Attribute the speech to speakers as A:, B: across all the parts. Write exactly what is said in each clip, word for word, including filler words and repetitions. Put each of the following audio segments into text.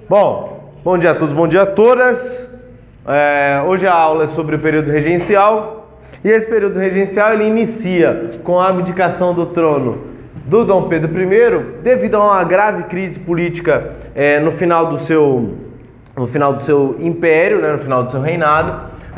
A: Bom, bom dia a todos, bom dia a todas. É, hoje a aula é sobre o período regencial e esse período regencial ele inicia com a abdicação do trono do Dom Pedro primeiro devido a uma grave crise política é, no final do seu, no final do seu império, né, no final do seu reinado,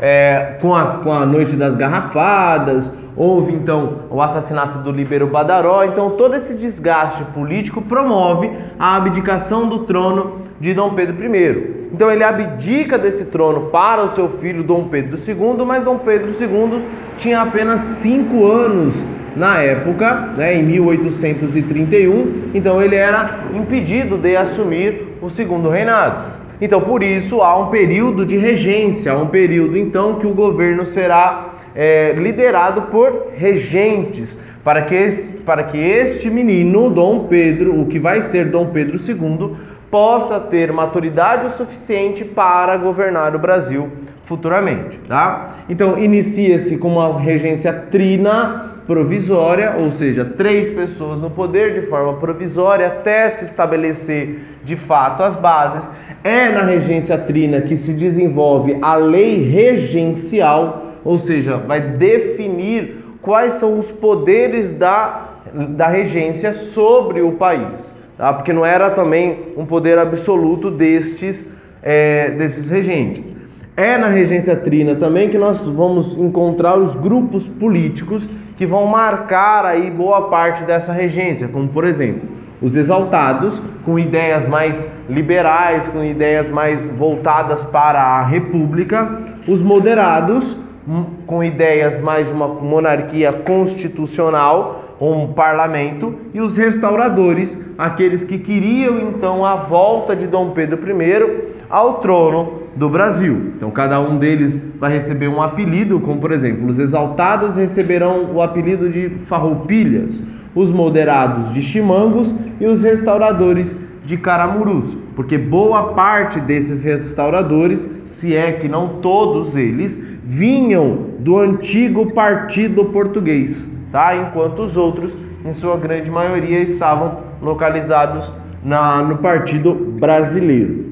A: é, com, a, com a Noite das Garrafadas. Houve então o assassinato do Líbero Badaró. Então todo esse desgaste político promove a abdicação do trono de Dom Pedro primeiro. Então ele abdica desse trono para o seu filho Dom Pedro segundo, mas Dom Pedro segundo tinha apenas cinco anos na época, né, em mil oitocentos e trinta e um, então ele era impedido de assumir o segundo reinado. Então por isso há um período de regência, um período então que o governo será É, liderado por regentes, para que, esse, para que este menino, Dom Pedro, o que vai ser Dom Pedro segundo, possa ter maturidade o suficiente para governar o Brasil futuramente, tá? Então inicia-se com uma regência trina provisória, ou seja, três pessoas no poder de forma provisória até se estabelecer de fato as bases. É na regência trina que se desenvolve a lei regencial, ou seja, vai definir quais são os poderes da, da regência sobre o país, tá? Porque não era também um poder absoluto destes, é, desses regentes. É na regência trina também que nós vamos encontrar os grupos políticos que vão marcar aí boa parte dessa regência, como por exemplo, os exaltados, com ideias mais liberais, com ideias mais voltadas para a república, os moderados, com ideias mais de uma monarquia constitucional, um parlamento, e os restauradores, aqueles que queriam então a volta de Dom Pedro primeiro ao trono do Brasil. Então cada um deles vai receber um apelido, como por exemplo, os exaltados receberão o apelido de farroupilhas, os moderados de chimangos e os restauradores de caramurus, porque boa parte desses restauradores, se é que não todos eles, vinham do antigo partido português, tá? Enquanto os outros, em sua grande maioria, estavam localizados na, no partido brasileiro.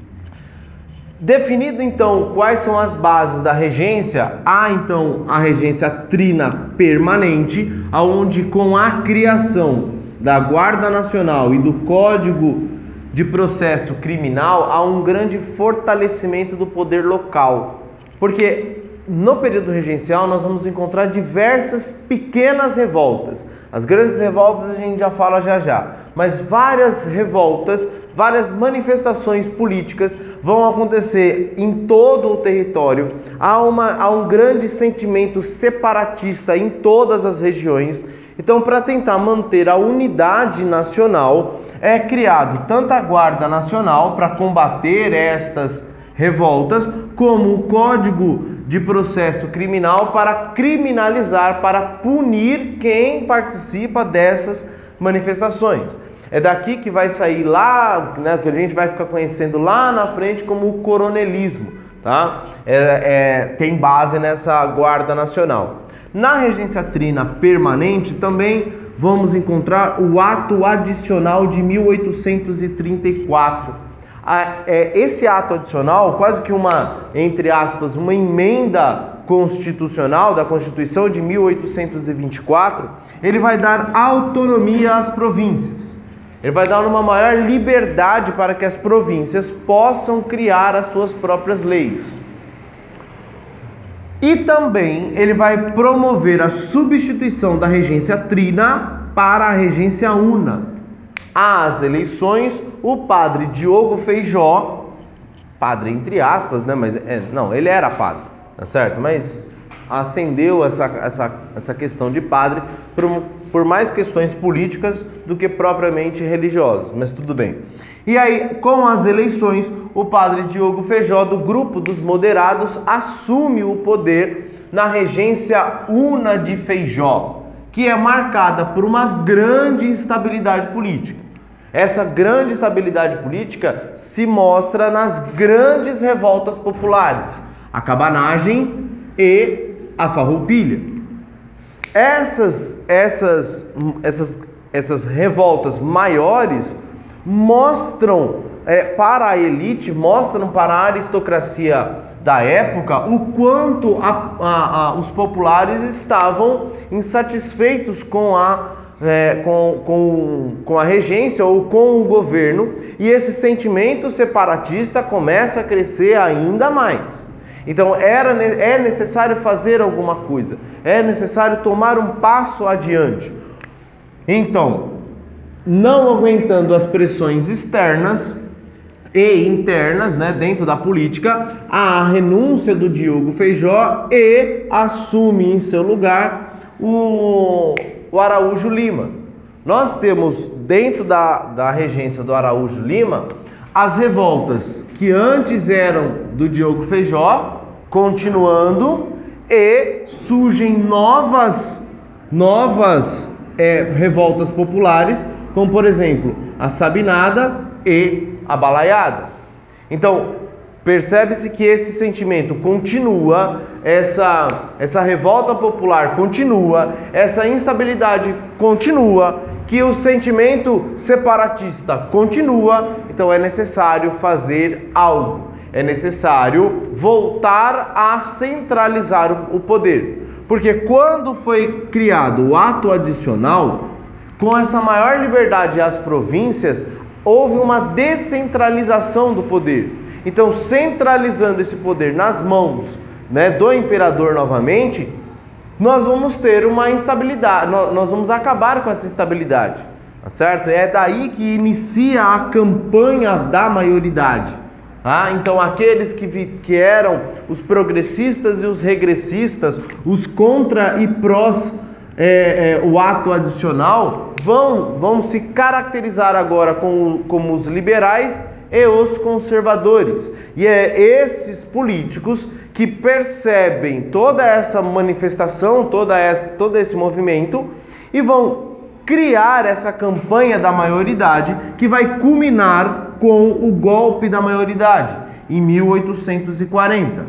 A: Definido então quais são as bases da regência, há então a regência trina permanente, aonde com a criação da Guarda Nacional e do Código de Processo Criminal há um grande fortalecimento do poder local, porque no período regencial nós vamos encontrar diversas pequenas revoltas. As grandes revoltas a gente já fala já já, mas várias revoltas, várias manifestações políticas vão acontecer em todo o território. Há, uma, há um grande sentimento separatista em todas as regiões. Então, para tentar manter a unidade nacional, é criado tanto a Guarda Nacional para combater estas revoltas, como o Código de Processo Criminal para criminalizar, para punir quem participa dessas manifestações. É daqui que vai sair lá, né, que a gente vai ficar conhecendo lá na frente como o coronelismo, tá? É, é, tem base nessa Guarda Nacional. Na regência trina permanente também vamos encontrar o ato adicional de mil oitocentos e trinta e quatro. Esse ato adicional, quase que uma, entre aspas, uma emenda constitucional da Constituição de mil oitocentos e vinte e quatro, ele vai dar autonomia às províncias. Ele vai dar uma maior liberdade para que as províncias possam criar as suas próprias leis. E também ele vai promover a substituição da regência trina para a regência una. Às eleições, o padre Diogo Feijó, padre entre aspas, né? Mas é, não, ele era padre, tá certo? Mas acendeu essa, essa, essa questão de padre por, por mais questões políticas do que propriamente religiosas, mas tudo bem. E aí, com as eleições, o padre Diogo Feijó, do grupo dos moderados, assume o poder na regência una de Feijó, que é marcada por uma grande instabilidade política. Essa grande instabilidade política se mostra nas grandes revoltas populares, a cabanagem e a farroupilha. Essas, essas, essas, essas revoltas maiores mostram é, para a elite, mostram para a aristocracia da época o quanto a, a, a, os populares estavam insatisfeitos com a, é, com, com, com a regência ou com o governo, e esse sentimento separatista começa a crescer ainda mais. Então era, é necessário fazer alguma coisa, é necessário tomar um passo adiante. Então, não aguentando as pressões externas e internas, né, dentro da política, a renúncia do Diogo Feijó, e assume em seu lugar o, o Araújo Lima. Nós temos dentro da, da regência do Araújo Lima as revoltas que antes eram do Diogo Feijó, continuando, e surgem novas, novas é, revoltas populares, como por exemplo a Sabinada e a Balaiada. Então, percebe-se que esse sentimento continua, essa, essa revolta popular continua, essa instabilidade continua, que o sentimento separatista continua. Então é necessário fazer algo, é necessário voltar a centralizar o poder, porque quando foi criado o ato adicional, com essa maior liberdade às províncias, houve uma descentralização do poder. Então, centralizando esse poder nas mãos, né, do imperador novamente, nós vamos ter uma instabilidade, nós vamos acabar com essa instabilidade, tá certo? É daí que inicia a campanha da maioridade. Tá? Então, aqueles que, vi, que eram os progressistas e os regressistas, os contra e prós é, é, o ato adicional, vão, vão se caracterizar agora como, como os liberais e os conservadores. E é esses políticos que percebem toda essa manifestação, toda essa, todo esse movimento, e vão criar essa campanha da maioridade, que vai culminar com o golpe da maioridade, em mil oitocentos e quarenta.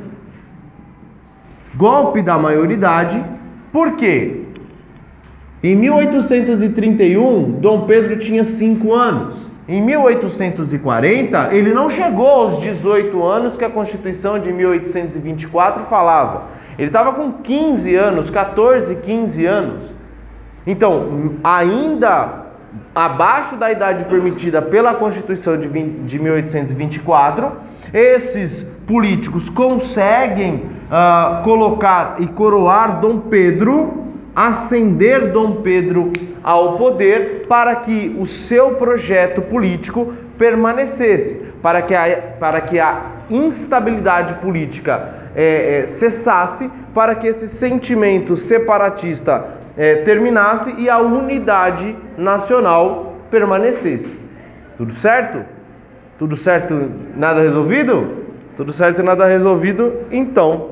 A: Golpe da maioridade, por quê? Em mil oitocentos e trinta e um, Dom Pedro tinha cinco anos. Em mil oitocentos e quarenta, ele não chegou aos dezoito anos que a Constituição de mil oitocentos e vinte e quatro falava. Ele estava com quinze anos, quatorze, quinze anos. Então, ainda abaixo da idade permitida pela Constituição de, de mil oitocentos e vinte e quatro, esses políticos conseguem uh, colocar e coroar Dom Pedro, ascender Dom Pedro ao poder, para que o seu projeto político permanecesse, para que a, para que a instabilidade política é, é, cessasse, para que esse sentimento separatista é, terminasse e a unidade nacional permanecesse. Tudo certo? Tudo certo, nada resolvido? Tudo certo e nada resolvido, então